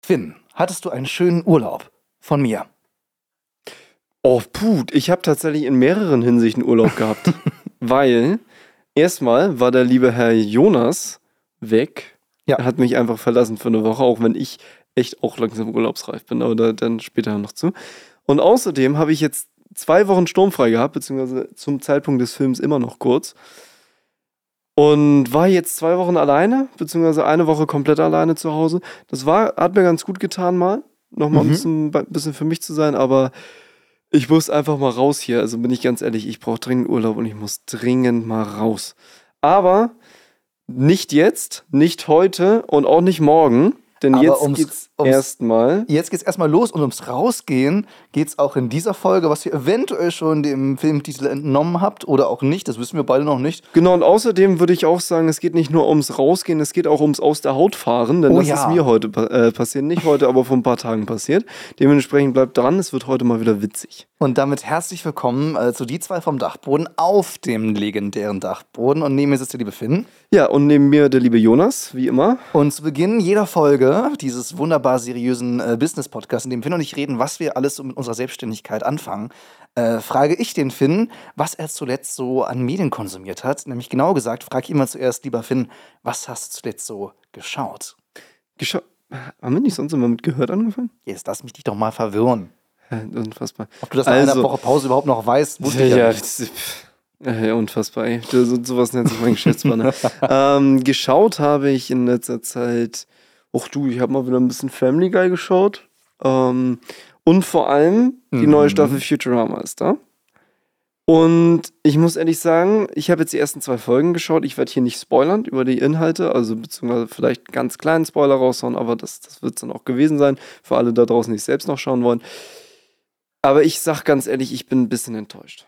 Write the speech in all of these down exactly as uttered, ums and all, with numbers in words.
Finn, hattest du einen schönen Urlaub von mir? Oh, puh, ich habe tatsächlich in mehreren Hinsichten Urlaub gehabt. Weil erstmal war der liebe Herr Jonas weg. Ja. Er hat mich einfach verlassen für eine Woche, auch wenn ich echt auch langsam urlaubsreif bin, aber da, dann später noch zu. Und außerdem habe ich jetzt zwei Wochen sturmfrei gehabt, beziehungsweise zum Zeitpunkt des Films immer noch kurz. Und war jetzt zwei Wochen alleine, beziehungsweise eine Woche komplett alleine zu Hause. Das war, hat mir ganz gut getan mal, nochmal Mhm. ein bisschen, bisschen für mich zu sein, aber ich muss einfach mal raus hier. Also bin ich ganz ehrlich, ich brauche dringend Urlaub und ich muss dringend mal raus. Aber nicht jetzt, nicht heute und auch nicht morgen, denn Aber jetzt ums- geht's ums- erstmal. Jetzt geht's erstmal los und ums Rausgehen geht's auch in dieser Folge, was ihr eventuell schon dem Filmtitel entnommen habt oder auch nicht, das wissen wir beide noch nicht. Genau, und außerdem würde ich auch sagen, es geht nicht nur ums Rausgehen, es geht auch ums Aus der Haut fahren, denn Oh das ja. ist mir heute pa- äh, passiert. Nicht heute, aber vor ein paar Tagen passiert. Dementsprechend bleibt dran, es wird heute mal wieder witzig. Und damit herzlich willkommen äh, zu Die zwei vom Dachboden auf dem legendären Dachboden. Und neben mir sitzt der liebe Finn. Ja, und neben mir der liebe Jonas, wie immer. Und zu Beginn jeder Folge dieses wunderbar seriösen äh, Business-Podcasts, in dem Finn und ich reden, was wir alles so mit unserer Selbstständigkeit anfangen, äh, frage ich den Finn, was er zuletzt so an Medien konsumiert hat. Nämlich genau gesagt, frage ich immer zuerst, lieber Finn, was hast du zuletzt so geschaut? Gescha- Haben wir nicht sonst immer mit Gehört angefangen? Jetzt lass mich dich doch mal verwirren. Ja, unfassbar. Ob du das nach Also- einer Woche Pause überhaupt noch weißt, wusste ich Ja, ja ja, nicht. das- pff, ja, unfassbar. Ey. So, sowas nennt sich mein Geschäftspartner. ähm, geschaut habe ich in letzter Zeit, och du, ich habe mal wieder ein bisschen Family Guy geschaut. Ähm, und vor allem die Mhm. neue Staffel Futurama ist da. Und ich muss ehrlich sagen, ich habe jetzt die ersten zwei Folgen geschaut. Ich werde hier nicht spoilern über die Inhalte, also beziehungsweise vielleicht einen ganz kleinen Spoiler raushauen, aber das, das wird es dann auch gewesen sein, für alle da draußen, die es selbst noch schauen wollen. Aber ich sag ganz ehrlich, ich bin ein bisschen enttäuscht.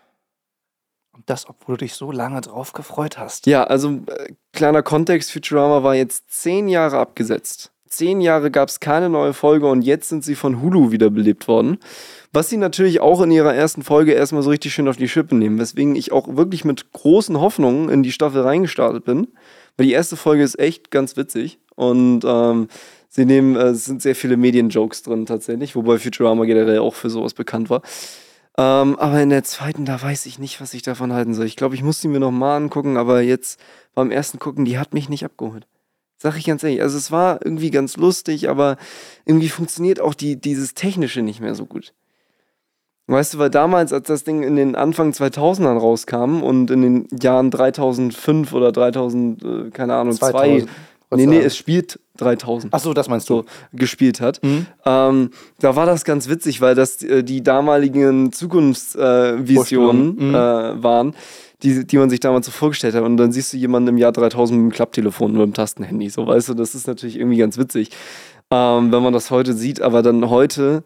Und das, obwohl du dich so lange drauf gefreut hast. Ja, also äh, kleiner Kontext, Futurama war jetzt zehn Jahre abgesetzt. Zehn Jahre gab es keine neue Folge und jetzt sind sie von Hulu wiederbelebt worden. Was sie natürlich auch in ihrer ersten Folge erstmal so richtig schön auf die Schippe nehmen, weswegen ich auch wirklich mit großen Hoffnungen in die Staffel reingestartet bin. Weil die erste Folge ist echt ganz witzig und ähm, sie nehmen, äh, es sind sehr viele Medienjokes drin tatsächlich, wobei Futurama generell auch für sowas bekannt war. Ähm, aber in der zweiten, da weiß ich nicht, was ich davon halten soll. Ich glaube, ich muss sie mir noch mal angucken, aber jetzt beim ersten Gucken, die hat mich nicht abgeholt. Sag ich ganz ehrlich. Also es war irgendwie ganz lustig, aber irgendwie funktioniert auch die, dieses Technische nicht mehr so gut. Weißt du, weil damals, als das Ding in den Anfang zweitausendern rauskam und in den Jahren dreitausendfünf oder dreitausend, äh, keine Ahnung, zwei, zweitausend, nee, nee, sagen. es spielt dreitausend. Achso, das meinst du. So gespielt hat. Mhm. Ähm, da war das ganz witzig, weil das äh, die damaligen Zukunftsvisionen äh, Visionen, Vorstellungen. Mhm. äh, waren, die, die man sich damals so vorgestellt hat. Und dann siehst du jemanden im Jahr dreitausend mit dem Klapptelefon oder dem Tastenhandy. So, weißt du, das ist natürlich irgendwie ganz witzig, ähm, wenn man das heute sieht. Aber dann heute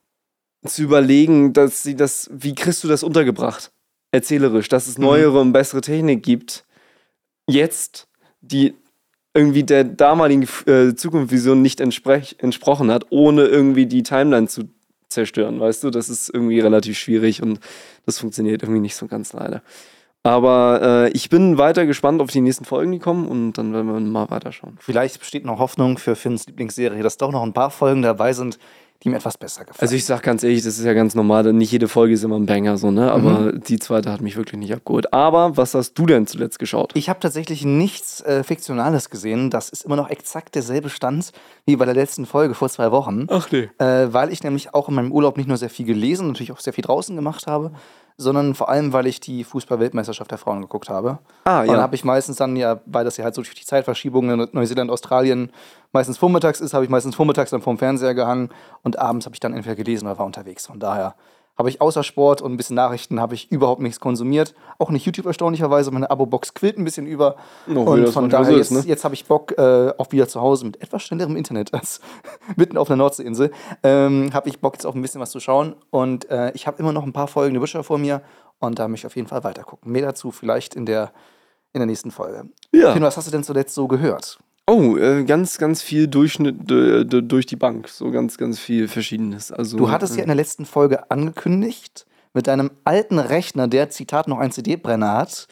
zu überlegen, dass sie das, wie kriegst du das untergebracht? Erzählerisch, dass es neuere und bessere Technik gibt. Jetzt, die irgendwie der damaligen äh, Zukunftsvision nicht entsprech- entsprochen hat, ohne irgendwie die Timeline zu zerstören, weißt du? Das ist irgendwie relativ schwierig und das funktioniert irgendwie nicht so ganz leider. Aber äh, ich bin weiter gespannt auf die nächsten Folgen, die kommen und dann werden wir mal weiterschauen. Vielleicht besteht noch Hoffnung für Finns Lieblingsserie, dass doch noch ein paar Folgen dabei sind, die mir etwas besser gefallen. Also ich sag ganz ehrlich, das ist ja ganz normal, denn nicht jede Folge ist immer ein Banger, so, ne? Aber die zweite hat mich wirklich nicht abgeholt. Aber was hast du denn zuletzt geschaut? Ich habe tatsächlich nichts äh, Fiktionales gesehen. Das ist immer noch exakt derselbe Stand wie bei der letzten Folge vor zwei Wochen. Ach nee. Äh, weil ich nämlich auch in meinem Urlaub nicht nur sehr viel gelesen, natürlich auch sehr viel draußen gemacht habe, sondern vor allem, weil ich die Fußball-Weltmeisterschaft der Frauen geguckt habe. Ah, Und dann ja. habe ich meistens dann, ja, weil das ja halt so durch die Zeitverschiebung in Neuseeland, Australien meistens vormittags ist, habe ich meistens vormittags dann vorm Fernseher gehangen und abends habe ich dann entweder gelesen oder war unterwegs. Von daher habe ich außer Sport und ein bisschen Nachrichten habe ich überhaupt nichts konsumiert. Auch nicht YouTube erstaunlicherweise, meine Abo-Box quillt ein bisschen über. Oh, wie und das von manchmal daher, so jetzt, ist, ne? jetzt habe ich Bock äh, auf wieder zu Hause mit etwas schnellerem Internet als mitten auf einer Nordseeinsel. Ähm, habe ich Bock jetzt auf ein bisschen was zu schauen. Und äh, ich habe immer noch ein paar Folgen The Witcher vor mir und da möchte ich auf jeden Fall weitergucken. Mehr dazu vielleicht in der, in der nächsten Folge. Ja. Finn, was hast du denn zuletzt so gehört? Oh, äh, ganz, ganz viel Durchschnitt äh, d- durch die Bank. So ganz, ganz viel Verschiedenes. Also, Du hattest äh, ja in der letzten Folge angekündigt, mit deinem alten Rechner, der, Zitat, noch einen C D-Brenner hat,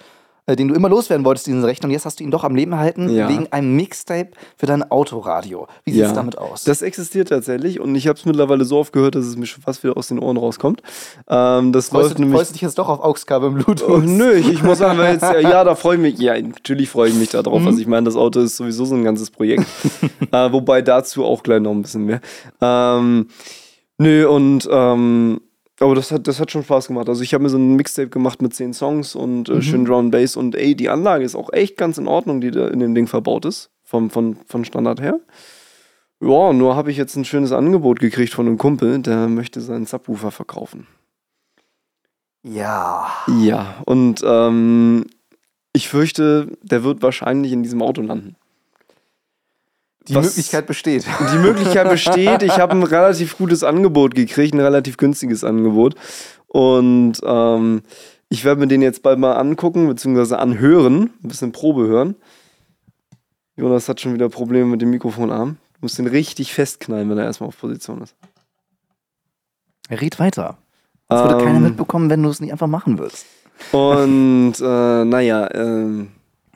äh, den du immer loswerden wolltest, diesen Rechner, und jetzt hast du ihn doch am Leben erhalten, Ja. wegen einem Mixtape für dein Autoradio. Wie sieht es Ja, damit aus? Das existiert tatsächlich und ich habe es mittlerweile so oft gehört, dass es mir schon fast wieder aus den Ohren rauskommt. Ähm, das freust, läuft du, nämlich. freust du dich jetzt doch auf AUX-Kabel im Bluetooth? Oh, nö, ich, ich muss sagen, weil jetzt, ja, ja, da freue ich mich. Ja, natürlich freue ich mich da drauf. Mhm. Also ich meine, das Auto ist sowieso so ein ganzes Projekt. äh, wobei dazu auch gleich noch ein bisschen mehr. Ähm, nö, und ähm, aber das hat, das hat schon Spaß gemacht. Also ich habe mir so ein Mixtape gemacht mit zehn Songs und äh, Mhm. schön Drum and Bass und ey, die Anlage ist auch echt ganz in Ordnung, die da in dem Ding verbaut ist. Vom, von, von Standard her. Ja, nur habe ich jetzt ein schönes Angebot gekriegt von einem Kumpel, der möchte seinen Subwoofer verkaufen. Ja. Ja, und ähm, ich fürchte, der wird wahrscheinlich in diesem Auto landen. Die Was- Möglichkeit besteht. Die Möglichkeit besteht, ich habe ein relativ gutes Angebot gekriegt, ein relativ günstiges Angebot. Und ähm, ich werde mir den jetzt bald mal angucken, beziehungsweise anhören, ein bisschen Probe hören. Jonas hat schon wieder Probleme mit dem Mikrofonarm. Du musst den richtig festknallen, wenn er erstmal auf Position ist. Red weiter. Das würde Ähm, keiner mitbekommen, wenn du es nicht einfach machen würdest. Und äh, naja, ähm,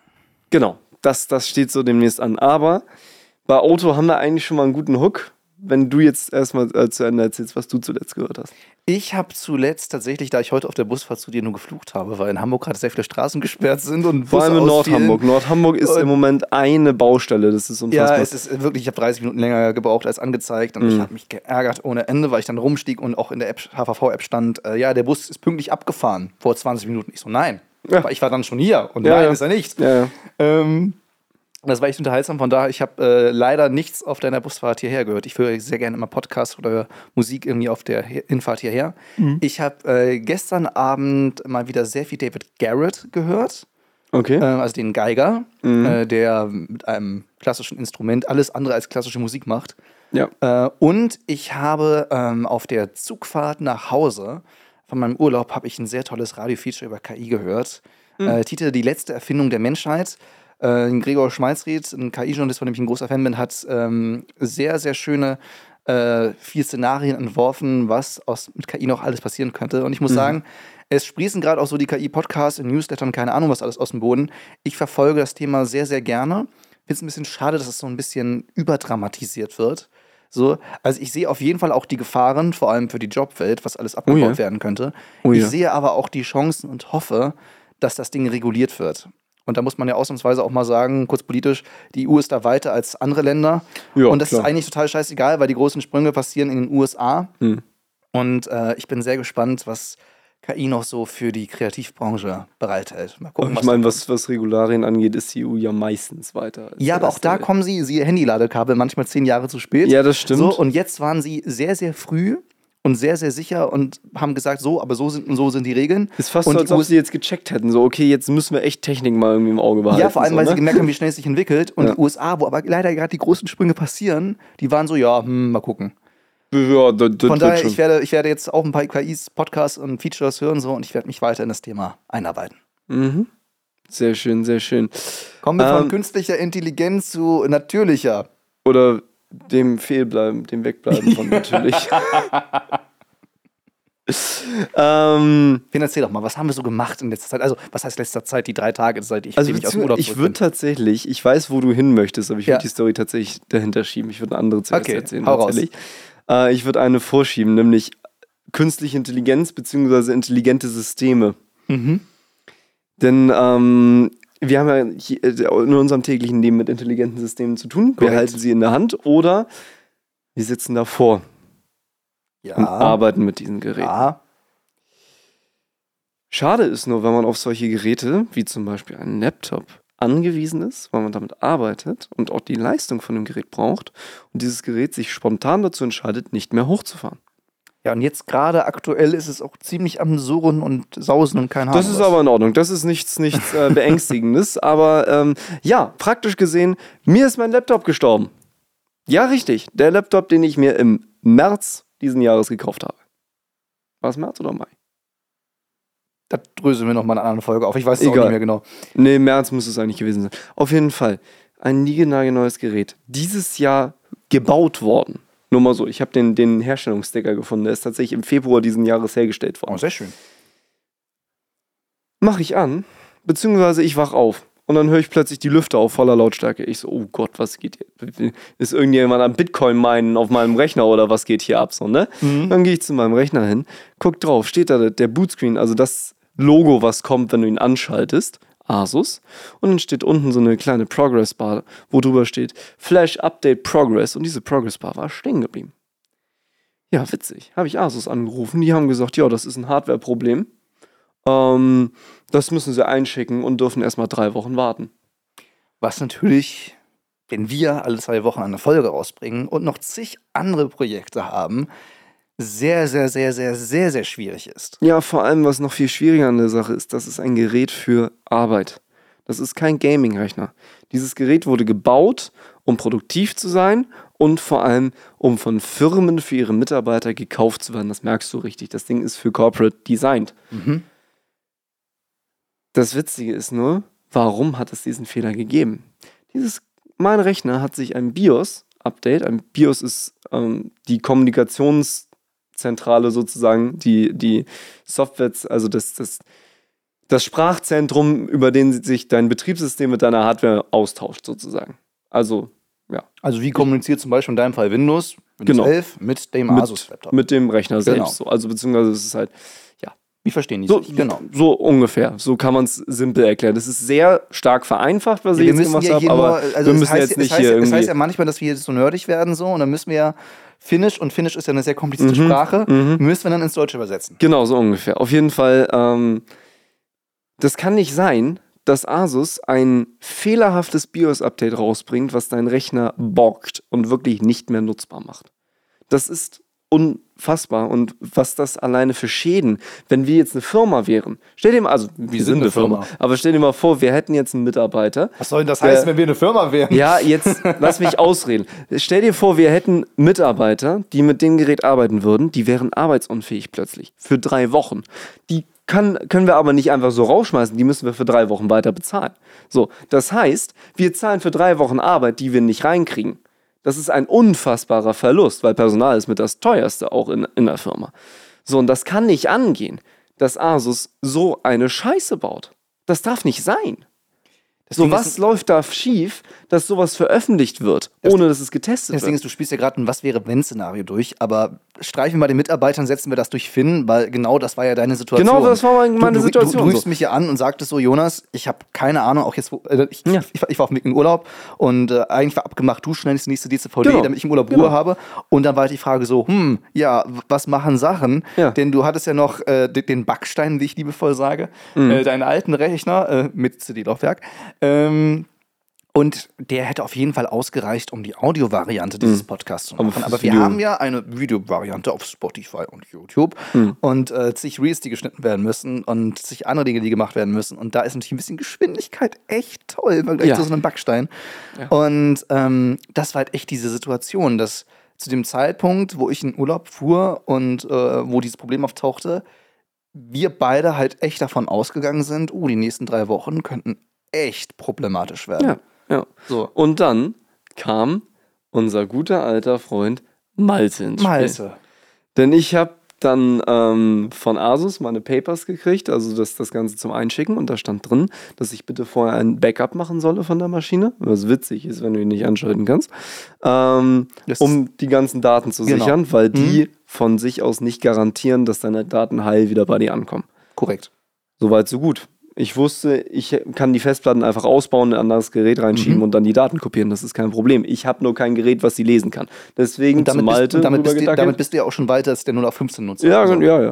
genau, das, das steht so demnächst an. Aber bei Auto haben wir eigentlich schon mal einen guten Hook, wenn du jetzt erstmal äh, zu Ende erzählst, was du zuletzt gehört hast. Ich habe zuletzt tatsächlich, da ich heute auf der Busfahrt zu dir nur geflucht habe, weil in Hamburg gerade sehr viele Straßen gesperrt sind und Vor allem in Busse ausfielen. Nordhamburg. Nordhamburg ist Und- im Moment eine Baustelle, das ist unfassbar. Ja, es ist wirklich, ich habe dreißig Minuten länger gebraucht als angezeigt und ich Mhm. habe mich geärgert ohne Ende, weil ich dann rumstieg und auch in der App, H V V-App stand, äh, ja, der Bus ist pünktlich abgefahren vor zwanzig Minuten. Ich so, nein, Ja. aber ich war dann schon hier und Ja, nein, ja. ist er nicht. Ja, ja. Ähm, das war echt unterhaltsam, von daher, ich habe äh, leider nichts auf deiner Busfahrt hierher gehört. Ich höre sehr gerne immer Podcasts oder Musik irgendwie auf der He- Hinfahrt hierher. Mhm. Ich habe äh, gestern Abend mal wieder sehr viel David Garrett gehört. Okay. äh, also den Geiger, Mhm. äh, der mit einem klassischen Instrument alles andere als klassische Musik macht. Ja. Äh, und ich habe ähm, auf der Zugfahrt nach Hause von meinem Urlaub habe ich ein sehr tolles Radio-Feature über K I gehört. Mhm. Äh, Titel Die letzte Erfindung der Menschheit. Äh, Gregor Schmalzried, ein K I-Journalist, von dem ich ein großer Fan bin, hat ähm, sehr, sehr schöne äh, vier Szenarien entworfen, was aus, mit K I noch alles passieren könnte. Und ich muss Mhm. sagen, es sprießen gerade auch so die K I-Podcasts in Newslettern, keine Ahnung, was alles aus dem Boden. Ich verfolge das Thema sehr, sehr gerne. Finde es ein bisschen schade, dass es so ein bisschen überdramatisiert wird. So, also ich sehe auf jeden Fall auch die Gefahren, vor allem für die Jobwelt, was alles abgebaut ja. werden könnte. Oh ich ja. sehe aber auch die Chancen und hoffe, dass das Ding reguliert wird. Und da muss man ja ausnahmsweise auch mal sagen, kurz politisch, die E U ist da weiter als andere Länder. Ja, und das klar. ist eigentlich total scheißegal, weil die großen Sprünge passieren in den U S A. Hm. Und äh, ich bin sehr gespannt, was K I noch so für die Kreativbranche bereithält. Mal gucken, Ich was meine, da was, was Regularien angeht, ist die E U ja meistens weiter. als Ja, der aber auch Rest der da Welt. kommen sie, siehe Handyladekabel, manchmal zehn Jahre zu spät. Ja, das stimmt. So, und jetzt waren sie sehr, sehr früh und sehr, sehr sicher und haben gesagt, so, aber so sind, so sind die Regeln. Ist fast und so, die als ob U S sie jetzt gecheckt hätten. So, okay, jetzt müssen wir echt Technik mal irgendwie im Auge behalten. Ja, vor allem, so, weil ne? sie gemerkt haben, wie schnell es sich entwickelt. Und Ja. die U S A, wo aber leider gerade die großen Sprünge passieren, die waren so, ja, hm, mal gucken. Ja, das, das Von wird daher, schon. ich werde, ich werde jetzt auch ein paar K Is, Podcasts und Features hören so, und ich werde mich weiter in das Thema einarbeiten. Mhm. Sehr schön, sehr schön. Kommen wir von Ähm, künstlicher Intelligenz zu natürlicher. Oder dem Fehlbleiben, dem Wegbleiben von natürlich. ähm, Finn, erzähl doch mal, was haben wir so gemacht in letzter Zeit? Also, was heißt letzter Zeit? Die drei Tage, seit ich, also seitdem ich aus bezieh- dem Urlaub ich zurück würde bin. tatsächlich, ich weiß, wo du hin möchtest, aber ich würde Ja. die Story tatsächlich dahinter schieben. Ich würde eine andere zuerst Okay, erzählen. hau raus. tatsächlich. Äh, ich würde eine vorschieben, nämlich künstliche Intelligenz bzw. intelligente Systeme. Mhm. Denn ähm, wir haben ja hier, äh, in unserem täglichen Leben mit intelligenten Systemen zu tun. Wir Korrekt. halten sie in der Hand oder wir sitzen davor Ja. und arbeiten mit diesen Geräten. Ja. Schade ist nur, wenn man auf solche Geräte, wie zum Beispiel einen Laptop, angewiesen ist, weil man damit arbeitet und auch die Leistung von dem Gerät braucht und dieses Gerät sich spontan dazu entscheidet, nicht mehr hochzufahren. Ja, und jetzt gerade aktuell ist es auch ziemlich am Surren und Sausen und keine Ahnung. Das ist was. aber in Ordnung. Das ist nichts, nichts äh, Beängstigendes. Aber ähm, ja, praktisch gesehen, mir ist mein Laptop gestorben. Ja, richtig. Der Laptop, den ich mir im März diesen Jahres gekauft habe. War es März oder Mai? Das dröseln wir noch mal in einer anderen Folge auf. Ich weiß es auch Egal. nicht mehr genau. Nee, März muss es eigentlich gewesen sein. Auf jeden Fall. Ein niegelnagelneues Gerät. Dieses Jahr gebaut worden. Nur mal so, ich habe den, den Herstellungssticker gefunden. Der ist tatsächlich im Februar diesen Jahres hergestellt worden. Oh, sehr schön. Mache ich an, beziehungsweise ich wach auf. Und dann höre ich plötzlich die Lüfter auf voller Lautstärke. Ich so, oh Gott, was geht hier? Ist irgendjemand am Bitcoin meinen auf meinem Rechner oder was geht hier ab? So, ne? Mhm. Dann gehe ich zu meinem Rechner hin, guck drauf, steht da der Bootscreen, also das Logo, was kommt, wenn du ihn anschaltest, Asus. Und dann steht unten so eine kleine Progress-Bar, wo drüber steht Flash Update Progress. Und diese Progress-Bar war stehen geblieben. Ja, witzig. Habe ich Asus angerufen. Die haben gesagt, ja, das ist ein Hardware-Problem. Ähm, das müssen sie einschicken und dürfen erstmal drei Wochen warten. Was natürlich, wenn wir alle zwei Wochen eine Folge rausbringen und noch zig andere Projekte haben, sehr, sehr, sehr, sehr, sehr, sehr schwierig ist. Ja, vor allem, was noch viel schwieriger an der Sache ist, das ist ein Gerät für Arbeit. Das ist kein Gaming-Rechner. Dieses Gerät wurde gebaut, um produktiv zu sein und vor allem, um von Firmen für ihre Mitarbeiter gekauft zu werden. Das merkst du richtig. Das Ding ist für Corporate designed. Mhm. Das Witzige ist nur, warum hat es diesen Fehler gegeben? Dieses, mein Rechner hat sich ein BIOS-Update, ein BIOS ist ähm, die Kommunikationszentrale sozusagen, die, die Software, also das, das, das Sprachzentrum, über den sich dein Betriebssystem mit deiner Hardware austauscht sozusagen. Also, ja. Also wie kommuniziert zum Beispiel in deinem Fall Windows, Windows genau. elf mit dem Asus-Laptop? Mit dem Rechner genau. selbst. So. Also beziehungsweise es ist halt, ja. Wie verstehen die so, sich? Genau. So ungefähr. So kann man es simpel erklären. Das ist sehr stark vereinfacht, was ja, ich jetzt gemacht ja habe, aber nur, also wir müssen heißt, jetzt nicht heißt, hier irgendwie... Es heißt ja manchmal, dass wir jetzt so nerdig werden so und dann müssen wir ja Finnisch, und Finnisch ist ja eine sehr komplizierte mhm, Sprache, mhm. müssen wir dann ins Deutsche übersetzen. Genau, so ungefähr. Auf jeden Fall, ähm, das kann nicht sein, dass Asus ein fehlerhaftes BIOS-Update rausbringt, was deinen Rechner borgt und wirklich nicht mehr nutzbar macht. Das ist unfassbar. Und was das alleine für Schäden, wenn wir jetzt eine Firma wären, stell dir mal, also wir sind eine Firma, aber stell dir mal vor, wir hätten jetzt einen Mitarbeiter. Was soll denn das heißen, wenn wir eine Firma wären? Ja, jetzt lass mich ausreden. Stell dir vor, wir hätten Mitarbeiter, die mit dem Gerät arbeiten würden, die wären arbeitsunfähig plötzlich für drei Wochen. Die Kann, können wir aber nicht einfach so rausschmeißen, die müssen wir für drei Wochen weiter bezahlen. So, das heißt, wir zahlen für drei Wochen Arbeit, die wir nicht reinkriegen. Das ist ein unfassbarer Verlust, weil Personal ist mit das teuerste auch in, in der Firma. So, und das kann nicht angehen, dass Asus so eine Scheiße baut. Das darf nicht sein. So, was läuft da schief, dass sowas veröffentlicht wird, ohne dass es getestet wird? Das Ding ist, du spielst ja gerade ein Was-wäre-wenn-Szenario durch, aber streichen wir den Mitarbeitern, setzen wir das durch Finn, weil genau das war ja deine Situation. Genau, das war meine du, du, Situation. Du, du rufst so. mich hier an und sagtest so, Jonas, ich habe keine Ahnung, auch jetzt, äh, ich, ja. ich, ich war auf dem Weg in Urlaub und äh, eigentlich war abgemacht, du schnell die nächste D C V D, genau. damit ich im Urlaub Ruhe genau. habe. Und dann war halt die Frage so, hm, ja, was machen Sachen? Ja. Denn du hattest ja noch äh, den Backstein, wie ich liebevoll sage, mhm. äh, deinen alten Rechner äh, mit C D-Laufwerk, ähm, und der hätte auf jeden Fall ausgereicht, um die Audio-Variante dieses Podcasts zu machen. Aber wir haben ja eine Video-Variante auf Spotify und YouTube mhm. und äh, zig Reels, die geschnitten werden müssen und zig andere Dinge, die gemacht werden müssen. Und da ist natürlich ein bisschen Geschwindigkeit echt toll im Vergleich ja. zu so einem Backstein. Ja. Und ähm, das war halt echt diese Situation, dass zu dem Zeitpunkt, wo ich in Urlaub fuhr und äh, wo dieses Problem auftauchte, wir beide halt echt davon ausgegangen sind, oh, die nächsten drei Wochen könnten echt problematisch werden. Ja. Ja. So. Und dann kam unser guter alter Freund Malte ins Spiel. Malte. Denn ich habe dann ähm, von Asus meine Papers gekriegt, also das, das Ganze zum Einschicken. Und da stand drin, dass ich bitte vorher ein Backup machen solle von der Maschine, was witzig ist, wenn du ihn nicht anschalten kannst, ähm, um die ganzen Daten zu genau. sichern, weil die mhm. von sich aus nicht garantieren, dass deine Daten heil wieder bei dir ankommen. Korrekt. Soweit, so gut. Ich wusste, ich kann die Festplatten einfach ausbauen, in ein anderes Gerät reinschieben mhm. und dann die Daten kopieren. Das ist kein Problem. Ich habe nur kein Gerät, was sie lesen kann. Deswegen und damit zu Malte bist, damit, bist du, damit bist du ja auch schon weiter als der null acht fünfzehn Nutzer. Ja, also. ja, ja.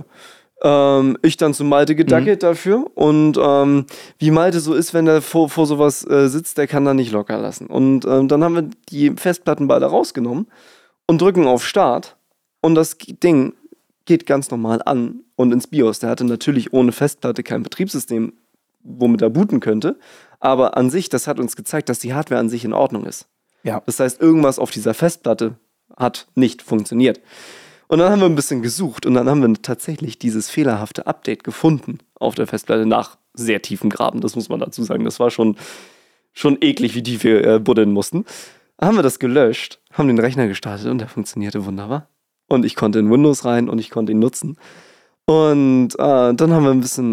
Ähm, ich dann zu Malte gedackelt mhm. dafür. Und ähm, wie Malte so ist, wenn er vor, vor sowas äh, sitzt, der kann da nicht locker lassen. Und ähm, dann haben wir die Festplatten beide rausgenommen und drücken auf Start. Und das Ding geht ganz normal an und ins BIOS. Der hatte natürlich ohne Festplatte kein Betriebssystem, womit er booten könnte. Aber an sich, das hat uns gezeigt, dass die Hardware an sich in Ordnung ist. Ja. Das heißt, irgendwas auf dieser Festplatte hat nicht funktioniert. Und dann haben wir ein bisschen gesucht und dann haben wir tatsächlich dieses fehlerhafte Update gefunden auf der Festplatte nach sehr tiefem Graben. Das muss man dazu sagen. Das war schon, schon eklig, wie tief wir äh, buddeln mussten. Haben wir das gelöscht, haben den Rechner gestartet und der funktionierte wunderbar. Und ich konnte in Windows rein und ich konnte ihn nutzen. Und äh, dann haben wir ein bisschen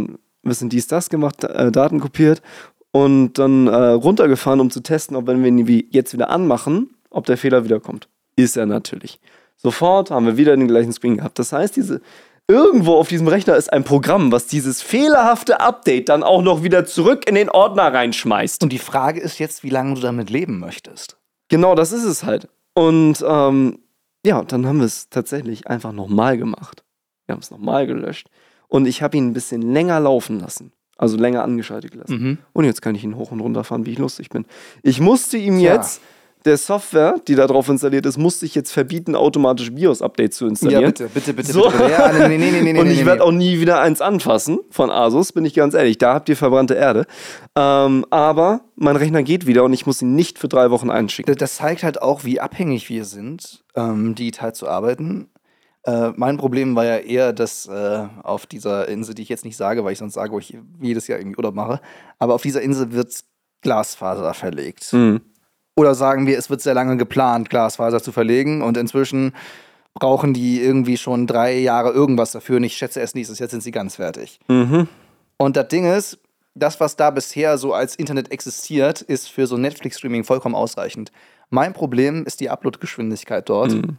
ein bisschen dies, das gemacht, äh, Daten kopiert und dann äh, runtergefahren, um zu testen, ob wenn wir ihn wie jetzt wieder anmachen, ob der Fehler wiederkommt. Ist er natürlich. Sofort haben wir wieder den gleichen Screen gehabt. Das heißt, diese irgendwo auf diesem Rechner ist ein Programm, was dieses fehlerhafte Update dann auch noch wieder zurück in den Ordner reinschmeißt. Und die Frage ist jetzt, wie lange du damit leben möchtest. Genau, das ist es halt. Und ähm, ja, dann haben wir es tatsächlich einfach nochmal gemacht. Wir haben es nochmal gelöscht. Und ich habe ihn ein bisschen länger laufen lassen. Also länger angeschaltet gelassen. Mhm. Und jetzt kann ich ihn hoch und runter fahren, wie ich lustig bin. Ich musste ihm Tja. jetzt, der Software, die da drauf installiert ist, musste ich jetzt verbieten, automatisch BIOS-Updates zu installieren. Ja, bitte, bitte, bitte. So. bitte. Ja, nee, nee, nee, nee, Und nee, ich nee, werde nee. auch nie wieder eins anfassen von Asus, bin ich ganz ehrlich. Da habt ihr verbrannte Erde. Ähm, aber mein Rechner geht wieder und ich muss ihn nicht für drei Wochen einschicken. Das zeigt halt auch, wie abhängig wir sind, ähm, digital zu arbeiten. Äh, mein Problem war ja eher, dass äh, auf dieser Insel, die ich jetzt nicht sage, weil ich sonst sage, wo ich jedes Jahr irgendwie Urlaub mache, aber auf dieser Insel wird Glasfaser verlegt. Mhm. Oder sagen wir, es wird sehr lange geplant, Glasfaser zu verlegen und inzwischen brauchen die irgendwie schon drei Jahre irgendwas dafür und ich schätze erst nächstes Jahr sind sie ganz fertig. Mhm. Und das Ding ist, das, was da bisher so als Internet existiert, ist für so Netflix-Streaming vollkommen ausreichend. Mein Problem ist die Upload-Geschwindigkeit dort. Mhm.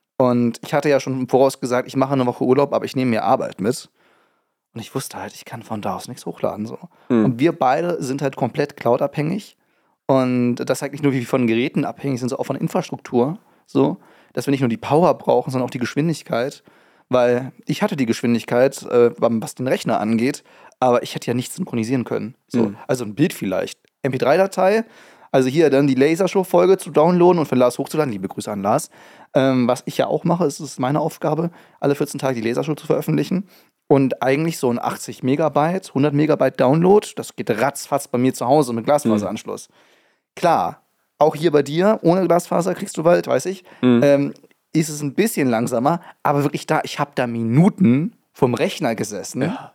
Und ich hatte ja schon im Voraus gesagt, ich mache eine Woche Urlaub, aber ich nehme mir Arbeit mit. Und ich wusste halt, ich kann von da aus nichts hochladen. So. Mhm. Und wir beide sind halt komplett cloud-abhängig. Und das zeigt nicht nur, wie wir von Geräten abhängig sind, sondern auch von Infrastruktur. So, dass wir nicht nur die Power brauchen, sondern auch die Geschwindigkeit. Weil ich hatte die Geschwindigkeit, äh, was den Rechner angeht, aber ich hätte ja nichts synchronisieren können. So, Mhm. also ein Bild vielleicht. M P drei Datei, also hier dann die Lasershow-Folge zu downloaden und für Lars hochzuladen. Liebe Grüße an Lars. Ähm, was ich ja auch mache, ist es meine Aufgabe, alle vierzehn Tage die Lasershow zu veröffentlichen. Und eigentlich so ein achtzig Megabyte, hundert Megabyte Download, das geht ratzfatz bei mir zu Hause mit Glasfaseranschluss. Mhm. Klar, auch hier bei dir, ohne Glasfaser kriegst du Wald, weiß ich, Mhm. ähm, ist es ein bisschen langsamer, aber wirklich da, ich habe da Minuten vom Rechner gesessen, Ja.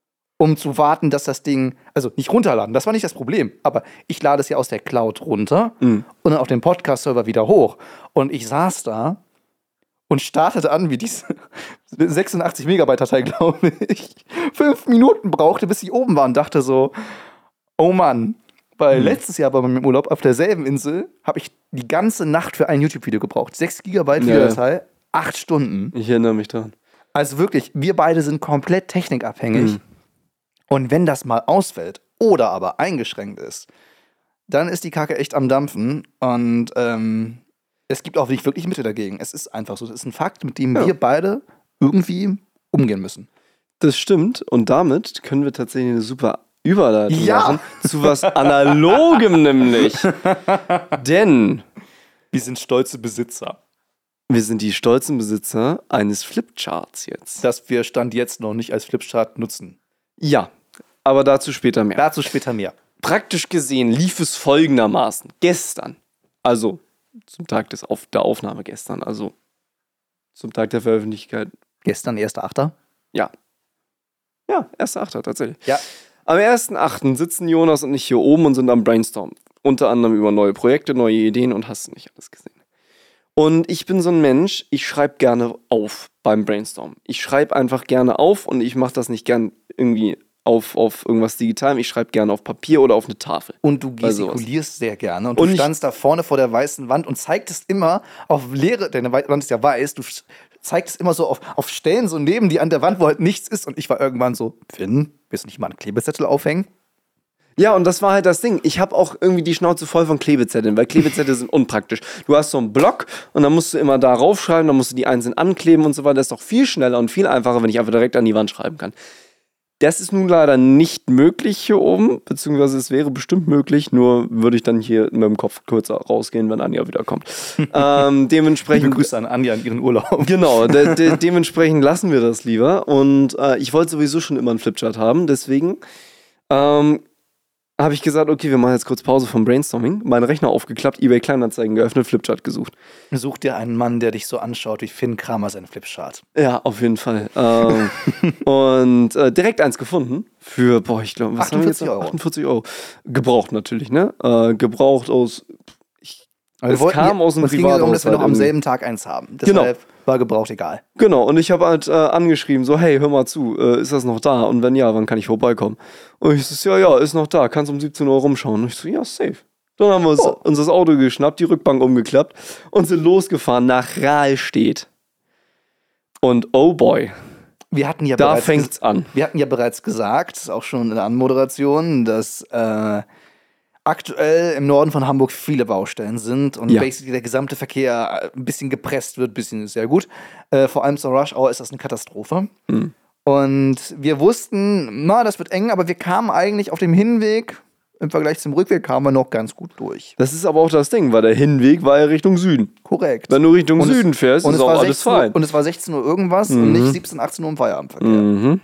um zu warten, dass das Ding, also nicht runterladen, das war nicht das Problem, aber ich lade es ja aus der Cloud runter Mhm. und dann auf den Podcast-Server wieder hoch. Und ich saß da und startete an, wie diese sechsundachtzig Megabyte Datei, glaube ich, fünf Minuten brauchte, bis sie oben war und dachte so, oh Mann. Weil Mhm. letztes Jahr bei meinem Urlaub auf derselben Insel habe ich die ganze Nacht für ein YouTube-Video gebraucht. sechs Gigabyte Ja. Videodatei, acht Stunden. Ich erinnere mich daran. Also wirklich, wir beide sind komplett technikabhängig. Mhm. Und wenn das mal ausfällt oder aber eingeschränkt ist, dann ist die Kacke echt am Dampfen. Und ähm, es gibt auch nicht wirklich Mittel dagegen. Es ist einfach so. Es ist ein Fakt, mit dem Ja. wir beide irgendwie umgehen müssen. Das stimmt. Und damit können wir tatsächlich eine super Überleitung Ja. machen zu was Analogem nämlich. Denn Wir sind stolze Besitzer. wir sind die stolzen Besitzer eines Flipcharts jetzt. Dass wir Stand jetzt noch nicht als Flipchart nutzen. Ja, aber dazu später mehr. Dazu später mehr. Praktisch gesehen lief es folgendermaßen. Gestern, also zum Tag des Auf der Aufnahme gestern, also zum Tag der Veröffentlichkeit. Gestern, erster Achter Ja. Ja, erster Achter tatsächlich. Ja. Am ersten Achten sitzen Jonas und ich hier oben und sind am Brainstorm. Unter anderem über neue Projekte, neue Ideen und hast du nicht alles gesehen. Und ich bin so ein Mensch, ich schreibe gerne auf beim Brainstorm. Ich schreibe einfach gerne auf und ich mache das nicht gern irgendwie auf, auf irgendwas Digitalem. Ich schreibe gerne auf Papier oder auf eine Tafel. Und du Bei sowas. gestikulierst sehr gerne. Und, Und du ich- standst da vorne vor der weißen Wand und zeigtest immer auf leere, deine Wand ist ja weiß, du zeigtest immer so auf, auf Stellen so neben die an der Wand, wo halt nichts ist. Und ich war irgendwann so, Finn, willst du nicht mal einen Klebezettel aufhängen? Ja, und das war halt das Ding. Ich habe auch irgendwie die Schnauze voll von Klebezetteln, weil Klebezettel sind unpraktisch. Du hast so einen Block und dann musst du immer da raufschreiben, dann musst du die einzeln ankleben und so weiter. Das ist doch viel schneller und viel einfacher, wenn ich einfach direkt an die Wand schreiben kann. Das ist nun leider nicht möglich hier oben, beziehungsweise es wäre bestimmt möglich, nur würde ich dann hier mit dem Kopf kürzer rausgehen, wenn Anja wiederkommt. ähm, Liebe dementsprechend. Grüße an Anja an ihren Urlaub. Genau, de de dementsprechend lassen wir das lieber. Und äh, ich wollte sowieso schon immer einen Flipchart haben, deswegen ähm, habe ich gesagt, okay, wir machen jetzt kurz Pause vom Brainstorming. Meinen Rechner aufgeklappt, eBay Kleinanzeigen geöffnet, Flipchart gesucht. Such dir einen Mann, der dich so anschaut wie Finn Kramer sein Flipchart. Ja, auf jeden Fall. Ähm, und äh, direkt eins gefunden für, boah, ich glaube, was haben wir jetzt? achtundvierzig Euro. achtundvierzig Euro. Gebraucht natürlich, ne? Äh, gebraucht aus, Aber Es wir wollten kam ja- aus dem es ging ja darum, dass wir noch am Privathaushalt selben Tag eins haben. Deshalb war gebraucht, egal. Genau, und ich habe halt äh, angeschrieben, so, hey, hör mal zu, äh, ist das noch da? Und wenn ja, wann kann ich vorbeikommen? Und ich so, ja, ja, ist noch da, kannst um siebzehn Uhr rumschauen. Und ich so, ja, safe. Dann haben wir uns, Oh. uns das Auto geschnappt, die Rückbank umgeklappt und sind losgefahren nach Rahlstedt. Und oh boy, Wir hatten ja da bereits fängt's an. Wir hatten ja bereits gesagt, auch schon in der Anmoderation, dass äh, aktuell im Norden von Hamburg viele Baustellen sind und Ja. basically der gesamte Verkehr ein bisschen gepresst wird, ein bisschen ist sehr gut. Äh, vor allem zur Rush Hour ist das eine Katastrophe. Mhm. Und wir wussten, na, das wird eng, aber wir kamen eigentlich auf dem Hinweg, im Vergleich zum Rückweg, kamen wir noch ganz gut durch. Das ist aber auch das Ding, weil der Hinweg war ja Richtung Süden. Korrekt. Wenn du Richtung Und es- Süden fährst, und ist es auch war alles sechzehn Uhr, fein. und es war sechzehn Uhr irgendwas und nicht siebzehn, achtzehn Uhr im Feierabendverkehr. Mhm.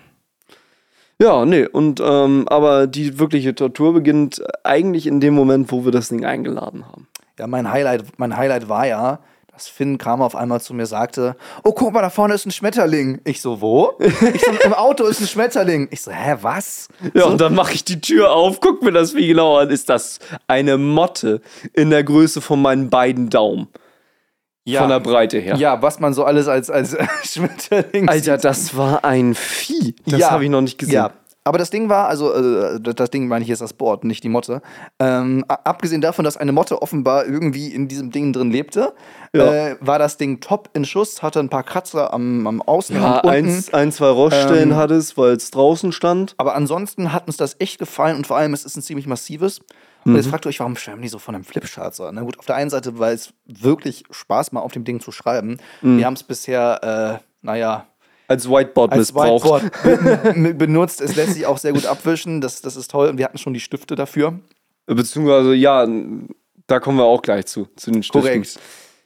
Ja, nee, und ähm, aber die wirkliche Tortur beginnt eigentlich in dem Moment, wo wir das Ding eingeladen haben. Ja, mein Highlight, mein Highlight war ja, dass Finn Kramer auf einmal zu mir sagte, oh, guck mal, da vorne ist ein Schmetterling. Ich so, wo? Ich so, im Auto ist ein Schmetterling. Ich so, hä, was? Ja, so, und dann mache ich die Tür auf, guck mir das wie genau an. Ist das eine Motte in der Größe von meinen beiden Daumen? ja, Von der Breite her. Ja, was man so alles als, als Schmetterling Alter, sieht. das war ein Vieh. Das Ja, habe ich noch nicht gesehen. Ja. Aber das Ding war, also äh, das das Ding meine ich jetzt das Board, nicht die Motte. Ähm, a- abgesehen davon, dass eine Motte offenbar irgendwie in diesem Ding drin lebte, Ja. äh, war das Ding top in Schuss, hatte ein paar Kratzer am, am Außen Ja, und unten. eins, ein, zwei Roststellen Ähm, hat es, weil es draußen stand. Aber ansonsten hat uns das echt gefallen und vor allem, es ist ein ziemlich massives. Und jetzt fragt ihr euch, warum schreiben die so von einem Flipchart so? Na gut, auf der einen Seite, weil es wirklich Spaß macht, auf dem Ding zu schreiben. Wir haben es bisher, äh, naja, Als Whiteboard als missbraucht. Whiteboard be- benutzt. Es lässt sich auch sehr gut abwischen. Das, das ist toll. Und wir hatten schon die Stifte dafür. Beziehungsweise, ja, da kommen wir auch gleich zu, zu den Stiften. Korrekt.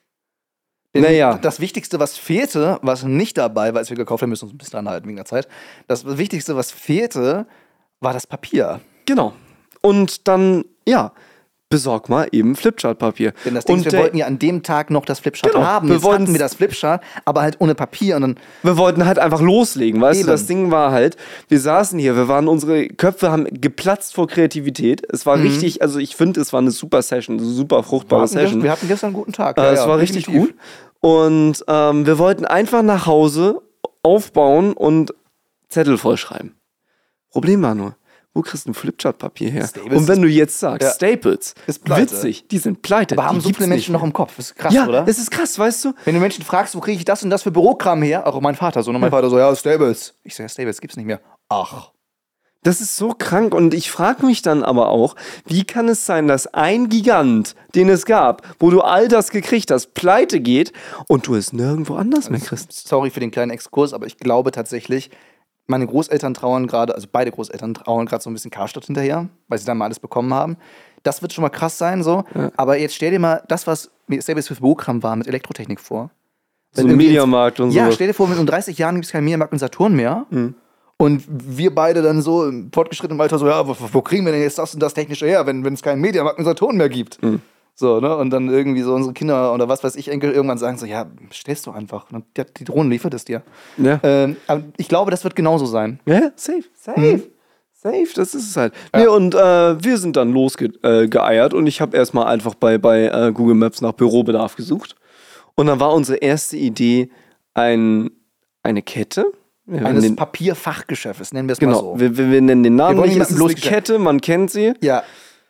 Denn Naja. Das Wichtigste, was fehlte, was nicht dabei war, als wir gekauft haben, müssen wir uns ein bisschen anhalten wegen der Zeit. Das Wichtigste, was fehlte, war das Papier. Genau. Und dann, ja, besorg mal eben Flipchart-Papier. Denn das Ding Und ist, wir der- wollten ja an dem Tag noch das Flipchart Genau, haben. wir Jetzt wollten's- hatten wir das Flipchart, aber halt ohne Papier. Und dann, Wir wollten halt einfach loslegen, weißt Eben. du, das Ding war halt, wir saßen hier, wir waren, unsere Köpfe haben geplatzt vor Kreativität. Es war richtig, also ich finde, es war eine super Session, eine super fruchtbare wir hatten, Session. gestern, wir hatten gestern einen guten Tag. Äh, Ja, es ja, war richtig definitiv. gut. Und ähm, wir wollten einfach nach Hause aufbauen und Zettel vollschreiben. Problem war nur, wo kriegst du ein Flipchart-Papier her? Staples Und wenn du jetzt sagst, Ja. Staples, Ist pleite. witzig, die sind pleite. Aber haben die so gibt's viele nicht Menschen noch mehr. im Kopf. Das ist krass, Ja, oder? es ist krass, weißt du? Wenn du Menschen fragst, wo kriege ich das und das für Bürokram her? Auch mein Vater so. Und mein Vater so, ja, Stables. Ich so, ja, Stables gibt's nicht mehr. Ach. Das ist so krank und ich frage mich dann aber auch, wie kann es sein, dass ein Gigant, den es gab, wo du all das gekriegt hast, pleite geht und du es nirgendwo anders mehr kriegst? Sorry für den kleinen Exkurs, aber ich glaube tatsächlich, meine Großeltern trauern gerade, also beide Großeltern trauern gerade so ein bisschen Karstadt hinterher, weil sie dann mal alles bekommen haben. Das wird schon mal krass sein, so. Aber jetzt stell dir mal das, was Stables für Bürokram war, mit Elektrotechnik vor. So Wenn ein irgendwie jetzt- Mediamarkt und so. Ja, stell dir vor, mit um dreißig Jahren gibt es keinen Mediamarkt und Saturn mehr. Und wir beide dann so im fortgeschrittenen Alter so, ja, wo, wo kriegen wir denn jetzt das und das Technische her, wenn wenn es keinen Mediamarkt und Saturn mehr gibt? So, ne? Und dann irgendwie so unsere Kinder oder was weiß ich, Enkel irgendwann sagen so, ja, stellst du einfach. Und die, die Drohne liefert es dir. Ja. Ähm, aber ich glaube, das wird genauso sein. Ja, safe, safe. Safe, das ist es halt. Nee, und äh, wir sind dann losgeeiert äh, geeiert und ich habe erstmal einfach bei, bei äh, Google Maps nach Bürobedarf gesucht. Und dann war unsere erste Idee ein, eine Kette. Wir Eines den, Papierfachgeschäftes, nennen wir es mal genau, so. wir, wir, wir nennen den Namen Wir wollen nicht. Es niemanden ist eine bloßstellen. Kette, man kennt sie. Ja,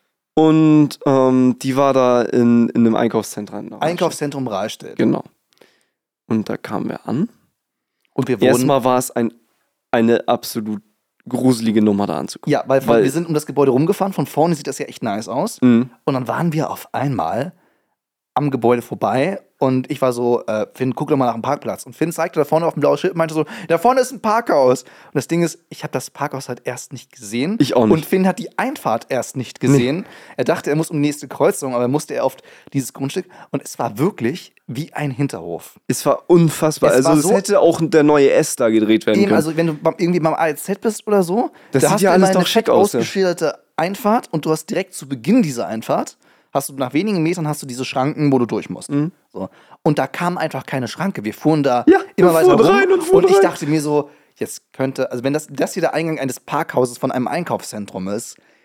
Und ähm, die war da in, in einem Einkaufszentrum. in Rahlstedt. Einkaufszentrum Rahlstedt. Genau. Und da kamen wir an. Und wir wurden. Erstmal war es ein, eine absolut gruselige Nummer da anzugucken. Ja, weil, Weil- wir sind um das Gebäude rumgefahren. Von vorne sieht das ja echt nice aus. Mhm. Und dann waren wir auf einmal am Gebäude vorbei und ich war so, äh, Finn, guck doch mal nach dem Parkplatz. Und Finn zeigte da vorne auf dem blauen Schild und meinte so, da vorne ist ein Parkhaus. Und das Ding ist, ich habe das Parkhaus halt erst nicht gesehen. Ich auch nicht. Und Finn hat die Einfahrt erst nicht gesehen. Er dachte, er muss um die nächste Kreuzung, aber musste er auf dieses Grundstück. Und es war wirklich wie ein Hinterhof. Es war unfassbar. Es also war es so- hätte auch der neue S da gedreht werden Eben, können. also wenn du beim, irgendwie beim A L Z bist oder so, Das da sieht hast ja du alles immer doch eine schick fett aus, ja. ausgeschilderte Einfahrt und du hast direkt zu Beginn dieser Einfahrt, hast du nach wenigen Metern hast du diese Schranken, wo du durch musst. So. Und da kam einfach keine Schranke. Wir fuhren da Mhm. Ja, immer wir weiter fuhren rum rein und fuhren und ich rein. dachte mir so, jetzt könnte, also wenn das, das hier der Eingang eines Parkhauses von einem Einkaufszentrum ist,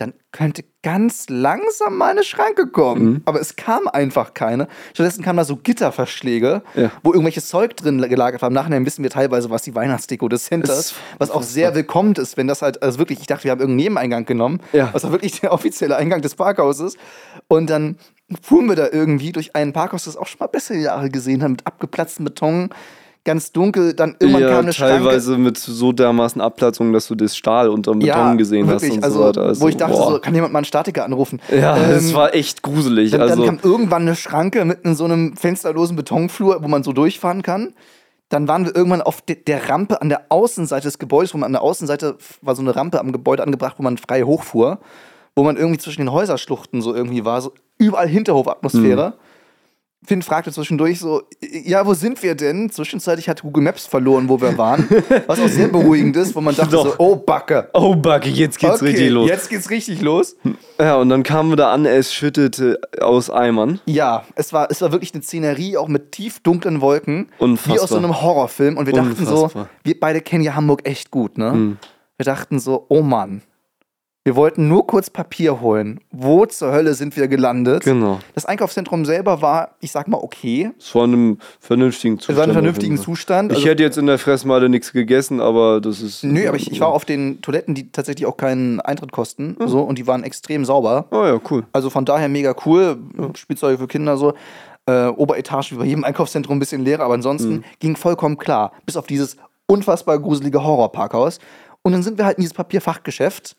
dann könnte ganz langsam mal eine Schranke kommen. Mhm. Aber es kam einfach keine. Stattdessen kamen da so Gitterverschläge, Ja. wo irgendwelches Zeug drin gelagert war. Im Nachhinein wissen wir teilweise, was die Weihnachtsdeko des Centers, was auch sehr willkommen ist, wenn das halt, also wirklich, ich dachte, wir haben irgendeinen Nebeneingang genommen, Ja. was war wirklich der offizielle Eingang des Parkhauses. Und dann fuhren wir da irgendwie durch ein Parkhaus, das auch schon mal bessere Jahre gesehen hat, mit abgeplatztem Beton, ganz dunkel, dann irgendwann ja, kam eine Schranke. teilweise mit so dermaßen Abplatzungen, dass du das Stahl unterm Beton gesehen wirklich, hast und also, so weiter. Also, wo ich dachte, boah. so, kann jemand mal einen Statiker anrufen? Ja, Ähm, es war echt gruselig. Dann, also, dann kam irgendwann eine Schranke mitten in so einem fensterlosen Betonflur, wo man so durchfahren kann. Dann waren wir irgendwann auf de- der Rampe an der Außenseite des Gebäudes, wo man an der Außenseite war so eine Rampe am Gebäude angebracht, wo man frei hochfuhr, wo man irgendwie zwischen den Häuserschluchten so irgendwie war, so überall Hinterhofatmosphäre. Mhm. Finn fragte zwischendurch so, ja, wo sind wir denn? Zwischenzeitlich hat Google Maps verloren, wo wir waren. Was auch sehr beruhigend ist, wo man dachte Doch. so, oh, Backe. oh, Bucky, jetzt geht's Okay, richtig los. jetzt geht's richtig los. Ja, und dann kamen wir da an, es schüttete aus Eimern. Ja, es war, es war wirklich eine Szenerie, auch mit tief dunklen Wolken. Unfassbar. Wie aus so einem Horrorfilm. Und wir dachten so, Unfassbar. wir beide kennen ja Hamburg echt gut, ne? Mhm. Wir dachten so, oh Mann, wir wollten nur kurz Papier holen. Wo zur Hölle sind wir gelandet? Genau. Das Einkaufszentrum selber war, ich sag mal, okay. Es war in einem vernünftigen Zustand. Es war in einem vernünftigen auf jeden Fall. Zustand. Ich Also, hätte jetzt in der Fressmeile nichts gegessen, aber das ist. nö, aber ich, ich war auf den Toiletten, die tatsächlich auch keinen Eintritt kosten. Mhm. So, und die waren extrem sauber. Oh ja, cool. Also von daher mega cool. Spielzeuge für Kinder so. Äh, Oberetage wie bei jedem Einkaufszentrum ein bisschen leer, aber ansonsten Mhm. ging vollkommen klar. Bis auf dieses unfassbar gruselige Horrorparkhaus. Und dann sind wir halt in dieses Papierfachgeschäft.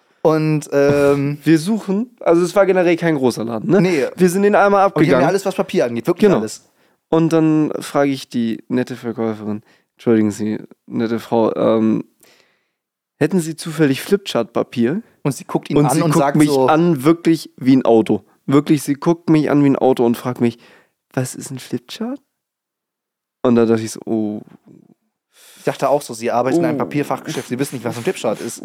Und ähm, Wir suchen, also es war generell kein großer Laden, ne? Nee. Wir sind den einmal aber die haben abgegangen. ja alles, was Papier angeht. Wirklich Genau. alles. Und dann frage ich die nette Verkäuferin, entschuldigen Sie, nette Frau, ähm, hätten Sie zufällig Flipchart-Papier? Und sie guckt ihn Und an sie und guckt sagt mich so, an wirklich wie ein Auto. Wirklich, sie guckt mich an wie ein Auto und fragt mich, was ist ein Flipchart? Und da dachte ich so, oh, ich dachte auch so, sie arbeitet in einem Oh. Papierfachgeschäft, sie wissen nicht, was ein Flipchart ist.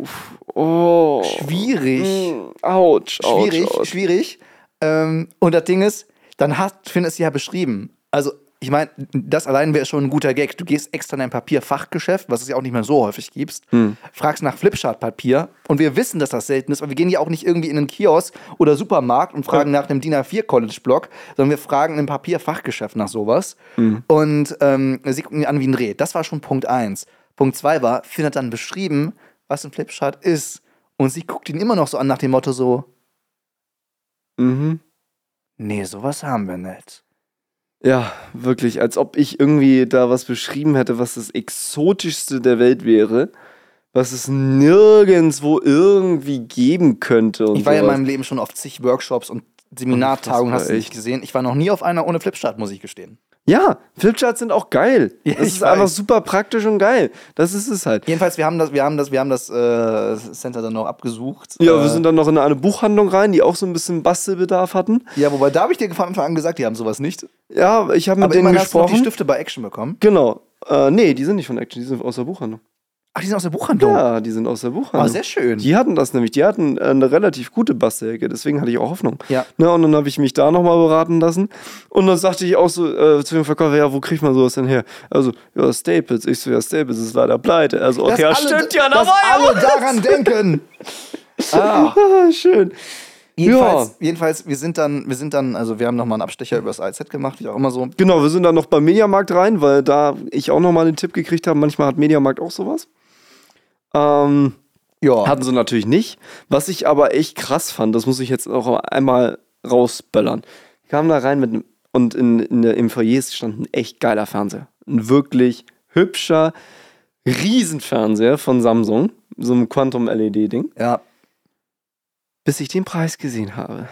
oh. Schwierig. Mm, Autsch, autsch, Schwierig, autsch. schwierig. Ähm, und das Ding ist, dann hat Finn es ja beschrieben. Also, ich meine, das allein wäre schon ein guter Gag. Du gehst extra in ein Papierfachgeschäft, was es ja auch nicht mehr so häufig gibt, Hm. fragst nach Flipchart-Papier und wir wissen, dass das selten ist, aber wir gehen ja auch nicht irgendwie in einen Kiosk oder Supermarkt und fragen nach einem D I N A vier College-Block, sondern wir fragen im Papierfachgeschäft nach sowas. Hm. Und ähm, sie gucken ihn an wie ein Reh. Das war schon Punkt eins. Punkt zwei war, Finn hat dann beschrieben, was ein Flipchart ist. Und sie guckt ihn immer noch so an nach dem Motto so, Mhm. nee, sowas haben wir nicht. Ja, wirklich, als ob ich irgendwie da was beschrieben hätte, was das Exotischste der Welt wäre, was es nirgendwo irgendwie geben könnte. Und Ich war ja in sowas. meinem Leben schon auf zig Workshops und Seminartagungen, hast du Unfassbar, nicht gesehen. Ich war noch nie auf einer ohne Flipchart, muss ich gestehen. Ja, Flipcharts sind auch geil. Ja, das ich ist einfach weiß. super praktisch und geil. Das ist es halt. Jedenfalls, wir haben das, wir haben das, wir haben das äh, Center dann noch abgesucht. Ja, äh, wir sind dann noch in eine Buchhandlung rein, die auch so ein bisschen Bastelbedarf hatten. Ja, wobei, da habe ich dir von Anfang an gesagt, die haben sowas nicht. Ja, ich habe mit Aber denen immerhin hast du noch die gesprochen. Stifte bei Action bekommen. Genau. Äh, nee, die sind nicht von Action, die sind aus der Buchhandlung. Ach, die sind aus der Buchhandlung. Ja, die sind aus der Buchhandlung. Oh, sehr schön. Die hatten das nämlich, die hatten äh, eine relativ gute Bastelecke, deswegen hatte ich auch Hoffnung. Ja. Ne, und dann habe ich mich da nochmal beraten lassen. Und dann sagte ich auch so äh, zu dem Verkäufer, ja, wo kriegt man sowas denn her? Also, ja, Staples. Ich so, ja, Staples ist leider pleite. Also, ach Dass ja, alle- stimmt ja, da dass war ja alle daran denken. Ah. Ah, schön. Jedenfalls, jedenfalls, wir sind dann, wir sind dann, also wir haben nochmal einen Abstecher über das A Z gemacht, wie auch immer so. Genau, wir sind dann noch beim Mediamarkt rein, weil da ich auch nochmal den Tipp gekriegt habe, manchmal hat Mediamarkt auch sowas. Ähm, Ja. hatten sie natürlich nicht. Was ich aber echt krass fand, das muss ich jetzt auch einmal rausböllern. Ich kam da rein mit einem, und in, in der, im Foyer stand ein echt geiler Fernseher. Ein wirklich hübscher Riesenfernseher von Samsung. So ein Quantum-L E D-Ding. Ja. Bis ich den Preis gesehen habe.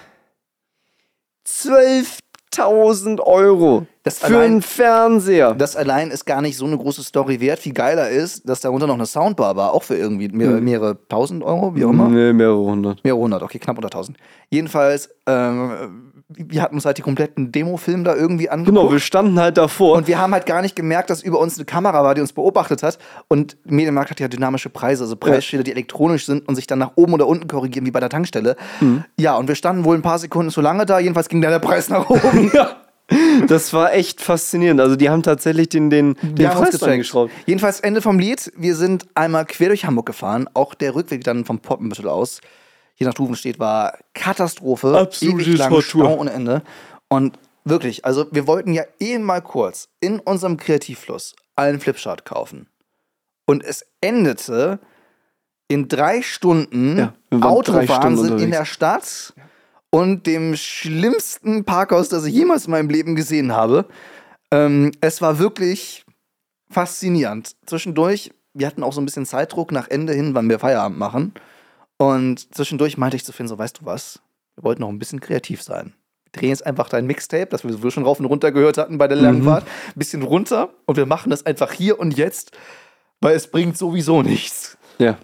zwölftausend Euro Das für allein- einen Fernseher. Das allein ist gar nicht so eine große Story wert. Viel geiler ist, dass darunter noch eine Soundbar war, auch für irgendwie mehrere, Mhm. mehrere tausend Euro, wie auch immer. Nee, mehrere hundert. Mehrere hundert, okay, knapp unter tausend. Jedenfalls, ähm, wir hatten uns halt die kompletten Demofilm da irgendwie angeguckt. Genau, wir standen halt davor. Und wir haben halt gar nicht gemerkt, dass über uns eine Kamera war, die uns beobachtet hat. Und Mediamarkt hat ja dynamische Preise, also Preisschilder, die elektronisch sind und sich dann nach oben oder unten korrigieren, wie bei der Tankstelle. Mhm. Ja, und wir standen wohl ein paar Sekunden zu lange da. Jedenfalls ging dann der Preis nach oben. Ja. Das war echt faszinierend. Also die haben tatsächlich den, den, den Wir haben uns Preis gecheckt. angeschraubt. Jedenfalls Ende vom Lied. Wir sind einmal quer durch Hamburg gefahren. Auch der Rückweg dann vom Poppenbüttel aus. hier nach Tuvenstedt war Katastrophe. Absolute ewig lang Tortur. Stau ohne Ende. Und wirklich, also wir wollten ja eben mal kurz in unserem Kreativfluss einen Flipchart kaufen. Und es endete in drei Stunden Ja, wir waren drei Stunden Autowahnsinn in unterwegs. der Stadt und dem schlimmsten Parkhaus, das ich jemals in meinem Leben gesehen habe. Ähm, es war wirklich faszinierend. Zwischendurch, wir hatten auch so ein bisschen Zeitdruck nach Ende hin, wann wir Feierabend machen. Und zwischendurch meinte ich zu Finn so, weißt du was, wir wollten noch ein bisschen kreativ sein. Wir drehen jetzt einfach dein Mixtape, das wir sowieso schon rauf und runter gehört hatten bei der langen Fahrt, ein bisschen runter und wir machen das einfach hier und jetzt, weil es bringt sowieso nichts. Ja.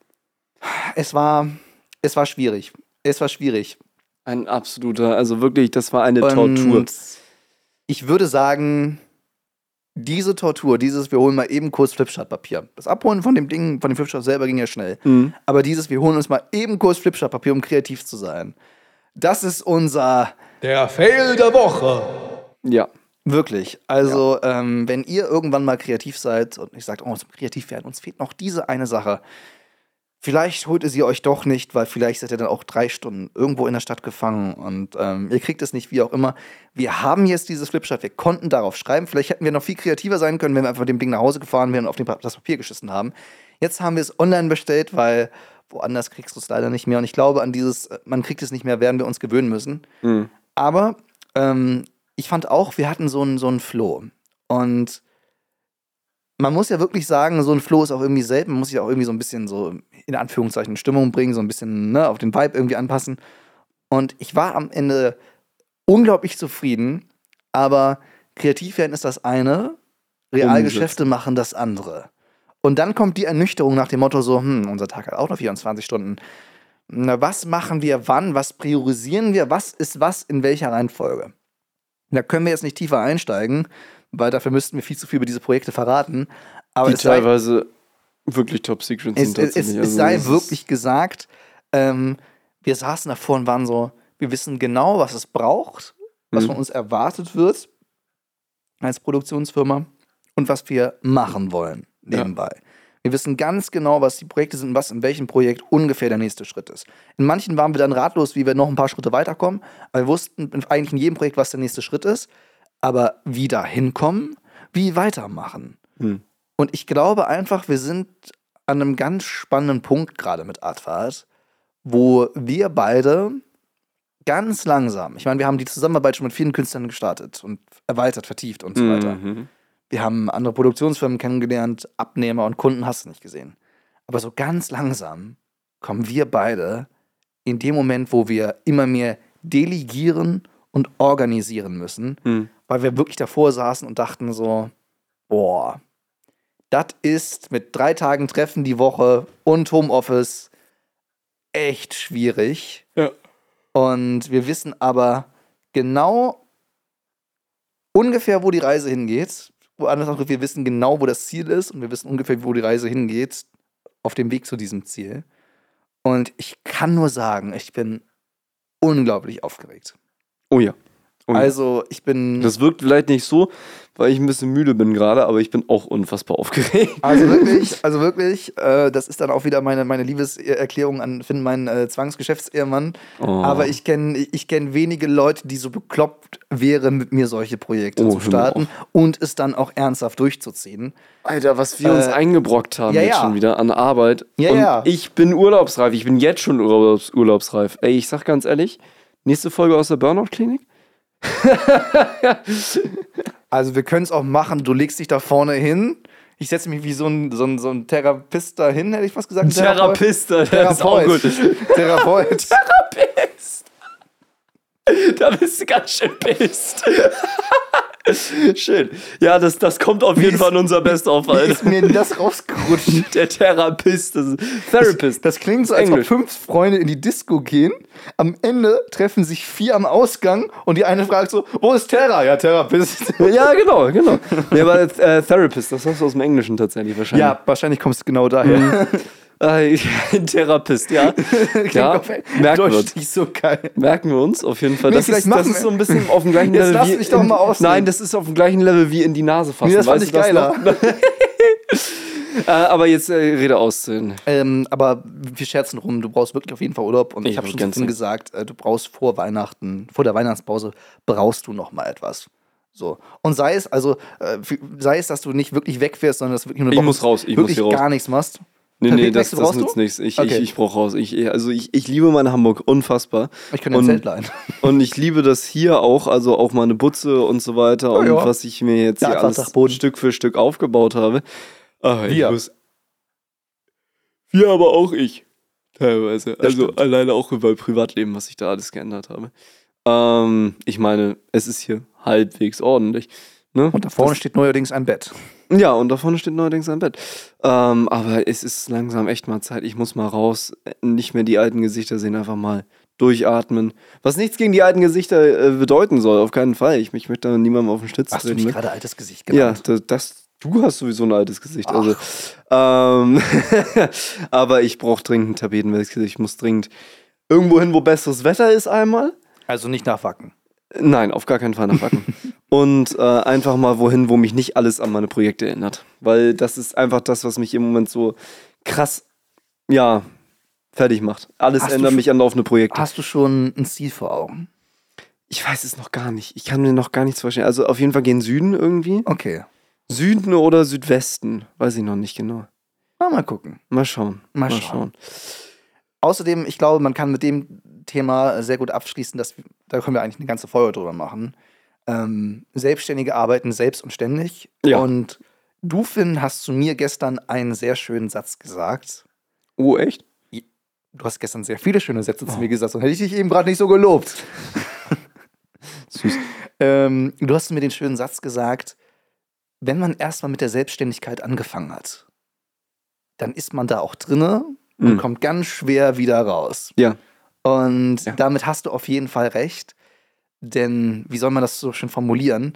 Es war, es war schwierig. Es war schwierig. Ein absoluter, also wirklich, das war eine Und Tortur. ich würde sagen, diese Tortur, dieses, wir holen mal eben kurz Flipchart-Papier. Das Abholen von dem Ding, von dem Flipchart selber ging ja schnell. Mhm. Aber dieses, wir holen uns mal eben kurz Flipchart-Papier, um kreativ zu sein. Das ist unser Der Fail der Woche. Ja. Wirklich. Also, ähm, wenn ihr irgendwann mal kreativ seid und ich sagt, oh, zum kreativ werden, uns fehlt noch diese eine Sache. Vielleicht holt ihr sie euch doch nicht, weil vielleicht seid ihr dann auch drei Stunden irgendwo in der Stadt gefangen und ähm, ihr kriegt es nicht, wie auch immer. Wir haben jetzt dieses Flipchart, wir konnten darauf schreiben. Vielleicht hätten wir noch viel kreativer sein können, wenn wir einfach mit dem Ding nach Hause gefahren wären und auf den, das Papier geschissen haben. Jetzt haben wir es online bestellt, weil woanders kriegst du es leider nicht mehr. Und ich glaube, an dieses, man kriegt es nicht mehr, werden wir uns gewöhnen müssen. Mhm. Aber ähm, ich fand auch, wir hatten so einen so einen Flow. Und man muss ja wirklich sagen, so ein Flow ist auch irgendwie selten. Man muss sich auch irgendwie so ein bisschen so, in Anführungszeichen, Stimmung bringen, so ein bisschen ne, auf den Vibe irgendwie anpassen. Und ich war am Ende unglaublich zufrieden. Aber kreativ werden ist das eine, Realgeschäfte machen das andere. Und dann kommt die Ernüchterung nach dem Motto so, hm, unser Tag hat auch noch vierundzwanzig Stunden. Na, was machen wir wann? Was priorisieren wir? Was ist was in welcher Reihenfolge? Da können wir jetzt nicht tiefer einsteigen, weil dafür müssten wir viel zu viel über diese Projekte verraten. Aber Die es sei, teilweise wirklich top secret es, sind es, es, tatsächlich. es Also sei das ist- wirklich gesagt, ähm, wir saßen davor und waren so, wir wissen genau, was es braucht, was Mhm. von uns erwartet wird als Produktionsfirma und was wir machen wollen nebenbei. Wir wissen ganz genau, was die Projekte sind und was in welchem Projekt ungefähr der nächste Schritt ist. In manchen waren wir dann ratlos, wie wir noch ein paar Schritte weiterkommen, aber wir wussten eigentlich in jedem Projekt, was der nächste Schritt ist, aber wie da hinkommen, wie weitermachen. Hm. Und ich glaube einfach, wir sind an einem ganz spannenden Punkt gerade mit Artfahrt, wo wir beide ganz langsam, ich meine, wir haben die Zusammenarbeit schon mit vielen Künstlern gestartet und erweitert, vertieft und so weiter. Mhm. Wir haben andere Produktionsfirmen kennengelernt, Abnehmer und Kunden hast du nicht gesehen. Aber so ganz langsam kommen wir beide in dem Moment, wo wir immer mehr delegieren und organisieren müssen, Mhm. weil wir wirklich davor saßen und dachten so, boah, das ist mit drei Tagen Treffen die Woche und Homeoffice echt schwierig. Ja. Und wir wissen aber genau ungefähr, wo die Reise hingeht. Woanders auch, wir wissen genau, wo das Ziel ist und wir wissen ungefähr, wo die Reise hingeht auf dem Weg zu diesem Ziel. Und ich kann nur sagen, ich bin unglaublich aufgeregt. Oh ja. Oh ja. Also, ich bin. Das wirkt vielleicht nicht so, weil ich ein bisschen müde bin gerade, aber ich bin auch unfassbar aufgeregt. Also wirklich, also wirklich, äh, das ist dann auch wieder meine, meine Liebeserklärung an Finn, meinen äh, Zwangsgeschäftsehemann. Oh. Aber ich kenne ich kenn wenige Leute, die so bekloppt wären, mit mir solche Projekte Oh, zu hör mir starten und es dann auch ernsthaft durchzuziehen. Alter, was wir uns Äh, eingebrockt haben ja, jetzt ja. schon wieder an Arbeit. Ja, und ja. ich bin urlaubsreif. Ich bin jetzt schon urlaubs urlaubsreif. Ey, ich sag ganz ehrlich, nächste Folge aus der Burnout-Klinik? Also wir können es auch machen, du legst dich da vorne hin, ich setze mich wie so ein, so ein, so ein Therapist da hin, hätte ich fast gesagt. Ein Therapist, das ist auch Therapeut. gut. Therapeut. Therapist. Da bist du ganz schön pisst. Schön. Ja, das, das kommt auf jeden ist- Fall in unser Best-of, Wie Alter. ist mir das rausgerutscht? Der Therapist. Das ist Therapist. Das klingt so, als Englisch. ob fünf Freunde in die Disco gehen. Am Ende treffen sich vier am Ausgang und die eine fragt so, wo ist Terra? Ja, Therapist. Ja, genau, genau. Ja, aber äh, Therapist, das hast du aus dem Englischen tatsächlich wahrscheinlich. Ja, wahrscheinlich kommst du genau daher. Äh, ein Therapist, ja. Ja, merken wir Deutsch uns. nicht so geil. Merken wir uns auf jeden Fall. Nee, Das, vielleicht ist, das machen ist wir- so ein bisschen auf dem gleichen Jetzt Level lass wie. mich doch in, mal ausreden. Nein, das ist auf dem gleichen Level wie in die Nase fassen. Nee, das fand weißt ich du das geiler. noch? äh, aber jetzt äh, Rede aus. Äh, Ähm, aber wir scherzen rum, du brauchst wirklich auf jeden Fall Urlaub. Und ich, Ich habe würd schon gern zu Finn sein. gesagt, äh, du brauchst vor Weihnachten, vor der Weihnachtspause, brauchst du noch mal etwas. So. Und sei es, also, äh, f- sei es, dass du nicht wirklich wegfährst, sondern dass du wirklich nur eine Ich Woche muss raus, ich muss wirklich hier raus. gar nichts machst. Nee, nee, Wegwechsel das, das brauchst nützt du? nichts. Ich, Okay. ich, ich brauche raus. Ich, also ich, ich liebe mein Hamburg unfassbar. Ich kann dir ein Und- Zelt leihen. Und ich liebe das hier auch, also auch meine Butze und so weiter Ja, und ja. was ich mir jetzt Ja, hier einfach alles Dachboden. Stück für Stück aufgebaut habe. Aber ich Wir. muss. Wir, aber auch ich. Teilweise. also stimmt. alleine auch über Privatleben, was ich da alles geändert habe. Ähm, ich meine, es ist hier halbwegs ordentlich. Ne? Und da vorne Das- steht neuerdings ein Bett. Ja, und da vorne steht neuerdings ein Bett. Ähm, aber es ist langsam echt mal Zeit. Ich muss mal raus. Nicht mehr die alten Gesichter sehen, einfach mal durchatmen. Was nichts gegen die alten Gesichter äh, bedeuten soll, auf keinen Fall. Ich, ich möchte da niemandem auf den Schlitz Hast du treten. mich Ne? gerade altes Gesicht Ja, genannt? das, das, du hast sowieso ein altes Gesicht. Ach. Also, ähm, aber ich brauche dringend einen Tapetenwechsel. Ich muss dringend irgendwo hin, wo besseres Wetter ist einmal. Also nicht nach Wacken. Nein, auf gar keinen Fall nach Wacken. Und äh, einfach mal wohin, wo mich nicht alles an meine Projekte erinnert. Weil das ist einfach das, was mich im Moment so krass, ja, fertig macht. Alles Hast du ändert schon- mich an laufende Projekte. Hast du schon ein Ziel vor Augen? Ich weiß es noch gar nicht. Ich kann mir noch gar nichts vorstellen. Also auf jeden Fall gehen Süden irgendwie. Okay. Süden oder Südwesten. Weiß ich noch nicht genau. Na, mal gucken. Mal schauen. Mal schauen. Außerdem, ich glaube, man kann mit dem Thema sehr gut abschließen, dass wir, da können wir eigentlich eine ganze Folge drüber machen. Ähm, Selbstständige arbeiten selbst und ständig. Ja. Und du, Finn, hast zu mir gestern einen sehr schönen Satz gesagt. Oh, echt? Du hast gestern sehr viele schöne Sätze zu mir gesagt und hätte ich dich eben gerade nicht so gelobt. Süß. ähm, du hast mir den schönen Satz gesagt, wenn man erstmal mit der Selbstständigkeit angefangen hat, dann ist man da auch drinne und Mhm. kommt ganz schwer wieder raus. Ja. Und Ja. damit hast du auf jeden Fall recht, denn wie soll man das so schön formulieren?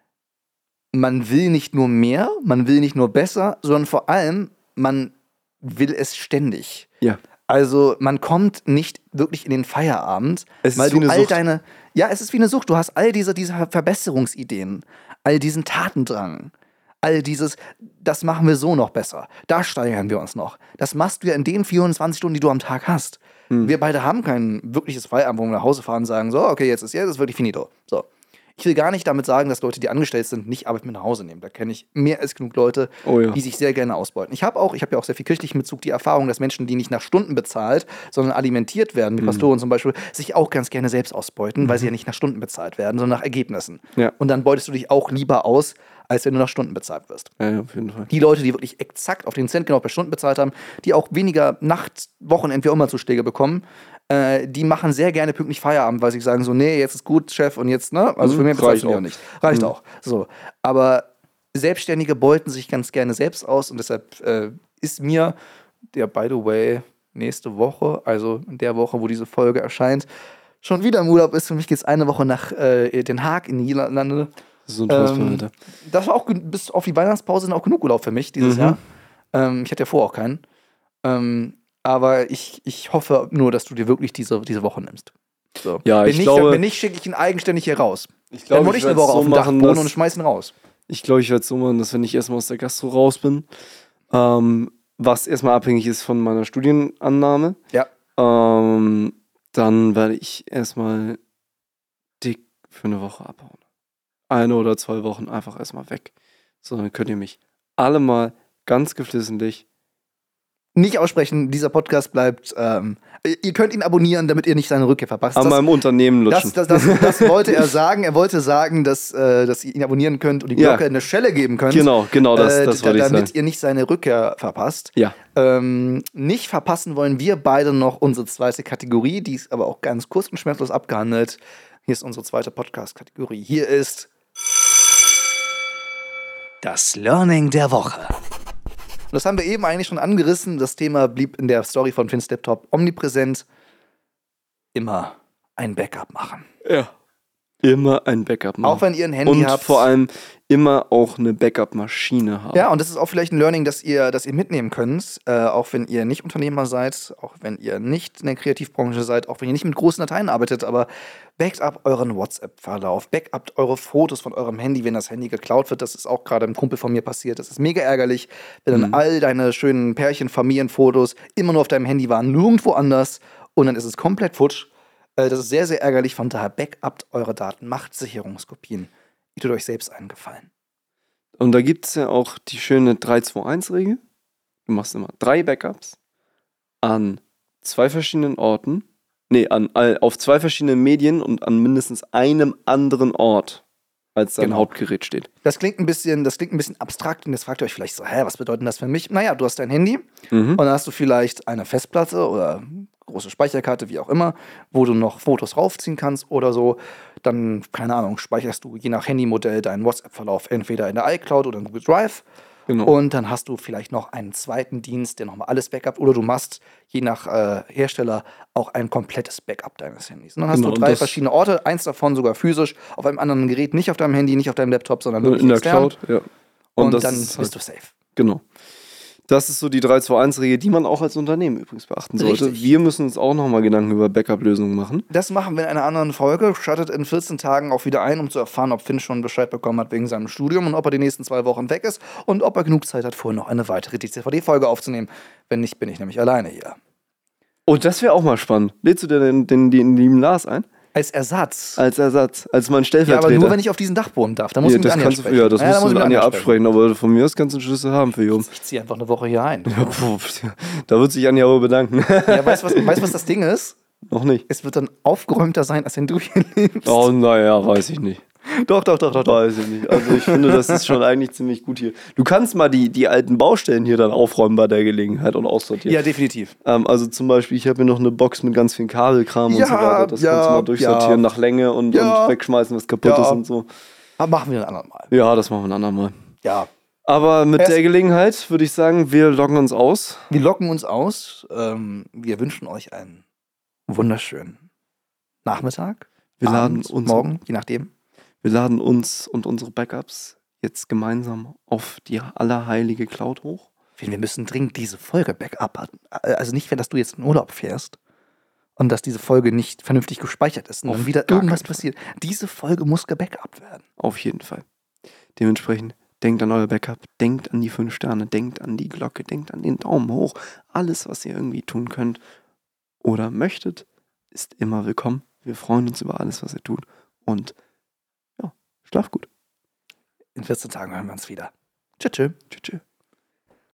Man will nicht nur mehr, man will nicht nur besser, sondern vor allem, man will es ständig. Ja. Also man kommt nicht wirklich in den Feierabend, Es ist weil wie du eine all Sucht. deine, ja, es ist wie eine Sucht. Du hast all diese, diese Verbesserungsideen, all diesen Tatendrang, all dieses, das machen wir so noch besser, da steigern wir uns noch. Das machst du ja in den vierundzwanzig Stunden, die du am Tag hast. Hm. Wir beide haben kein wirkliches Feierabend, wo wir nach Hause fahren und sagen, so, okay, jetzt ist jetzt ist wirklich finito. So. Ich will gar nicht damit sagen, dass Leute, die angestellt sind, nicht Arbeit mit nach Hause nehmen. Da kenne ich mehr als genug Leute, Oh ja. die sich sehr gerne ausbeuten. Ich habe auch, ich habe ja auch sehr viel kirchlichen Bezug, die Erfahrung, dass Menschen, die nicht nach Stunden bezahlt, sondern alimentiert werden, Mhm. wie Pastoren zum Beispiel, sich auch ganz gerne selbst ausbeuten, weil sie ja nicht nach Stunden bezahlt werden, sondern nach Ergebnissen. Ja. Und dann beutest du dich auch lieber aus, als wenn du nach Stunden bezahlt wirst. Ja, ja, auf jeden Fall. Die Leute, die wirklich exakt auf den Cent genau per Stunden bezahlt haben, die auch weniger Nacht, Wochenend, wie auch immer Zuschläge bekommen, äh, die machen sehr gerne pünktlich Feierabend, weil sie sagen so, nee, jetzt ist gut, Chef, und jetzt, ne? Also für Mhm, mehr bezahlst reicht du mir auch. auch nicht. Reicht Mhm. auch. So. Aber Selbstständige beuten sich ganz gerne selbst aus und deshalb äh, ist mir der, by the way, nächste Woche, also in der Woche, wo diese Folge erscheint, schon wieder im Urlaub ist. Für mich geht es eine Woche nach äh, Den Haag in die Niederlande. Das ist unfassbar, Ähm, Alter. Das war auch gen- bis auf die Weihnachtspause noch genug Urlaub für mich dieses Mhm. Jahr. Ähm, ich hatte ja vorher auch keinen. Ähm, aber ich, ich hoffe nur, dass du dir wirklich diese, diese Woche nimmst. So. Ja, wenn ich nicht, glaube- wenn nicht, schicke ich ihn eigenständig hier raus. Ich Dann glaube, muss ich ich eine werde Woche es auf so dem Dach machen, wohnen dass und schmeiß ihn raus. Ich glaube, ich werde es so machen, dass wenn ich erstmal aus der Gastro raus bin, ähm, was erstmal abhängig ist von meiner Studienannahme, Ja. ähm, dann werde ich erstmal dick für eine Woche abhauen. Eine oder zwei Wochen einfach erstmal weg. So, dann könnt ihr mich alle mal ganz geflissentlich. Nicht aussprechen, dieser Podcast bleibt. Ähm, ihr könnt ihn abonnieren, damit ihr nicht seine Rückkehr verpasst. An Das- meinem Unternehmen lutschen. Das, das, das, das wollte er sagen. Er wollte sagen, dass, äh, dass ihr ihn abonnieren könnt und die Ja. Glocke eine Schelle geben könnt. Genau, genau, das, äh, das da- wollte ich damit sagen. ihr nicht seine Rückkehr verpasst. Ja. Ähm, nicht verpassen wollen wir beide noch unsere zweite Kategorie, die ist aber auch ganz kurz und schmerzlos abgehandelt. Hier ist unsere zweite Podcast-Kategorie. Hier ist das Learning der Woche. Und das haben wir eben eigentlich schon angerissen. Das Thema blieb in der Story von Finn's Laptop omnipräsent. Immer ein Backup machen. Ja. Immer ein Backup machen. Auch wenn ihr ein Handy und habt. Und vor allem immer auch eine Backup-Maschine haben. Ja, und das ist auch vielleicht ein Learning, das ihr, das ihr mitnehmen könnt, äh, auch wenn ihr nicht Unternehmer seid, auch wenn ihr nicht in der Kreativbranche seid, auch wenn ihr nicht mit großen Dateien arbeitet, aber backt up euren WhatsApp-Verlauf, backt up eure Fotos von eurem Handy, wenn das Handy geklaut wird. Das ist auch gerade einem Kumpel von mir passiert. Das ist mega ärgerlich, wenn dann Mhm. all deine schönen Pärchen, Familienfotos immer nur auf deinem Handy waren, nirgendwo anders und dann ist es komplett futsch. Äh, das ist sehr, sehr ärgerlich. Von daher backupt eure Daten, macht Sicherungskopien. Ihr tut euch selbst einen Gefallen. Und da gibt es ja auch die schöne drei zwei eins Regel. Du machst immer drei Backups an zwei verschiedenen Orten. Nee, an, auf zwei verschiedenen Medien und an mindestens einem anderen Ort, als dein Genau. Hauptgerät steht. Das klingt ein bisschen, das klingt ein bisschen abstrakt und jetzt fragt ihr euch vielleicht so, hä, was bedeutet das für mich? Naja, du hast dein Handy Mhm. und dann hast du vielleicht eine Festplatte oder große Speicherkarte, wie auch immer, wo du noch Fotos raufziehen kannst oder so. Dann, keine Ahnung, speicherst du je nach Handymodell deinen WhatsApp-Verlauf entweder in der iCloud oder in Google Drive. Genau. Und dann hast du vielleicht noch einen zweiten Dienst, der nochmal alles backupt. Oder du machst, je nach äh, Hersteller, auch ein komplettes Backup deines Handys. Und dann hast Genau, du und drei das- verschiedene Orte, eins davon sogar physisch, auf einem anderen Gerät, nicht auf deinem Handy, nicht auf deinem Laptop, sondern wirklich in der extern. Cloud, ja. Und, Und, das dann ist bist halt, du safe. genau. Das ist so die drei zwei eins Regel, die man auch als Unternehmen übrigens beachten sollte. Richtig. Wir müssen uns auch nochmal Gedanken über Backup-Lösungen machen. Das machen wir in einer anderen Folge. Schaltet in vierzehn Tagen auch wieder ein, um zu erfahren, ob Finn schon Bescheid bekommen hat wegen seinem Studium und ob er die nächsten zwei Wochen weg ist und ob er genug Zeit hat, vorher noch eine weitere D C V D-Folge aufzunehmen. Wenn nicht, bin ich nämlich alleine hier. Oh, das wäre auch mal spannend. Lädst du dir den, den, den lieben Lars ein? Als Ersatz. Als Ersatz, als mein Ja, Stellvertreter. aber nur, wenn ich auf diesen Dachboden darf. Da muss Ja, ich mit das Anja kannst du, sprechen. ja, das Ja, musst da muss du ich mit Anja sprechen. absprechen, aber von mir aus kannst du einen Schlüssel haben für Jung. Ich ziehe einfach eine Woche hier ein. Ja, pf, da wird sich Anja aber bedanken. Ja, weißt du, was, weißt, was das Ding ist? Noch nicht. Es wird dann aufgeräumter sein, als wenn du hier lebst. Oh, naja, weiß ich nicht. Doch, doch, doch, doch, doch. Weiß ich nicht. Also ich finde, das ist schon eigentlich ziemlich gut hier. Du kannst mal die, die alten Baustellen hier dann aufräumen bei der Gelegenheit und aussortieren. Ja, definitiv. Ähm, also zum Beispiel, ich habe hier noch eine Box mit ganz vielen Kabelkram und Ja, so weiter. Das ja, kannst du mal durchsortieren ja. nach Länge und, Ja. und wegschmeißen, was kaputt Ja. ist und so. Aber machen wir ein andermal. Ja, das machen wir ein andermal. Ja. Aber mit Erst- der Gelegenheit würde ich sagen, wir loggen uns aus. Wir locken uns aus. Ähm, wir wünschen euch einen wunderschönen Nachmittag. Wir laden Abend, uns- morgen, je nachdem. Wir laden uns und unsere Backups jetzt gemeinsam auf die allerheilige Cloud hoch. Wir müssen dringend diese Folge backup. Also nicht, wenn dass du jetzt in Urlaub fährst und dass diese Folge nicht vernünftig gespeichert ist und Auf dann wieder gar irgendwas keinen Fall. passiert. Diese Folge muss gebackupt werden. Auf jeden Fall. Dementsprechend denkt an euer Backup, denkt an die fünf Sterne, denkt an die Glocke, denkt an den Daumen hoch. Alles, was ihr irgendwie tun könnt oder möchtet, ist immer willkommen. Wir freuen uns über alles, was ihr tut. Und ja, schlaf gut. In vierzehn Tagen hören wir uns wieder. Tschüss. Tschüss. Tschüss. tschüss.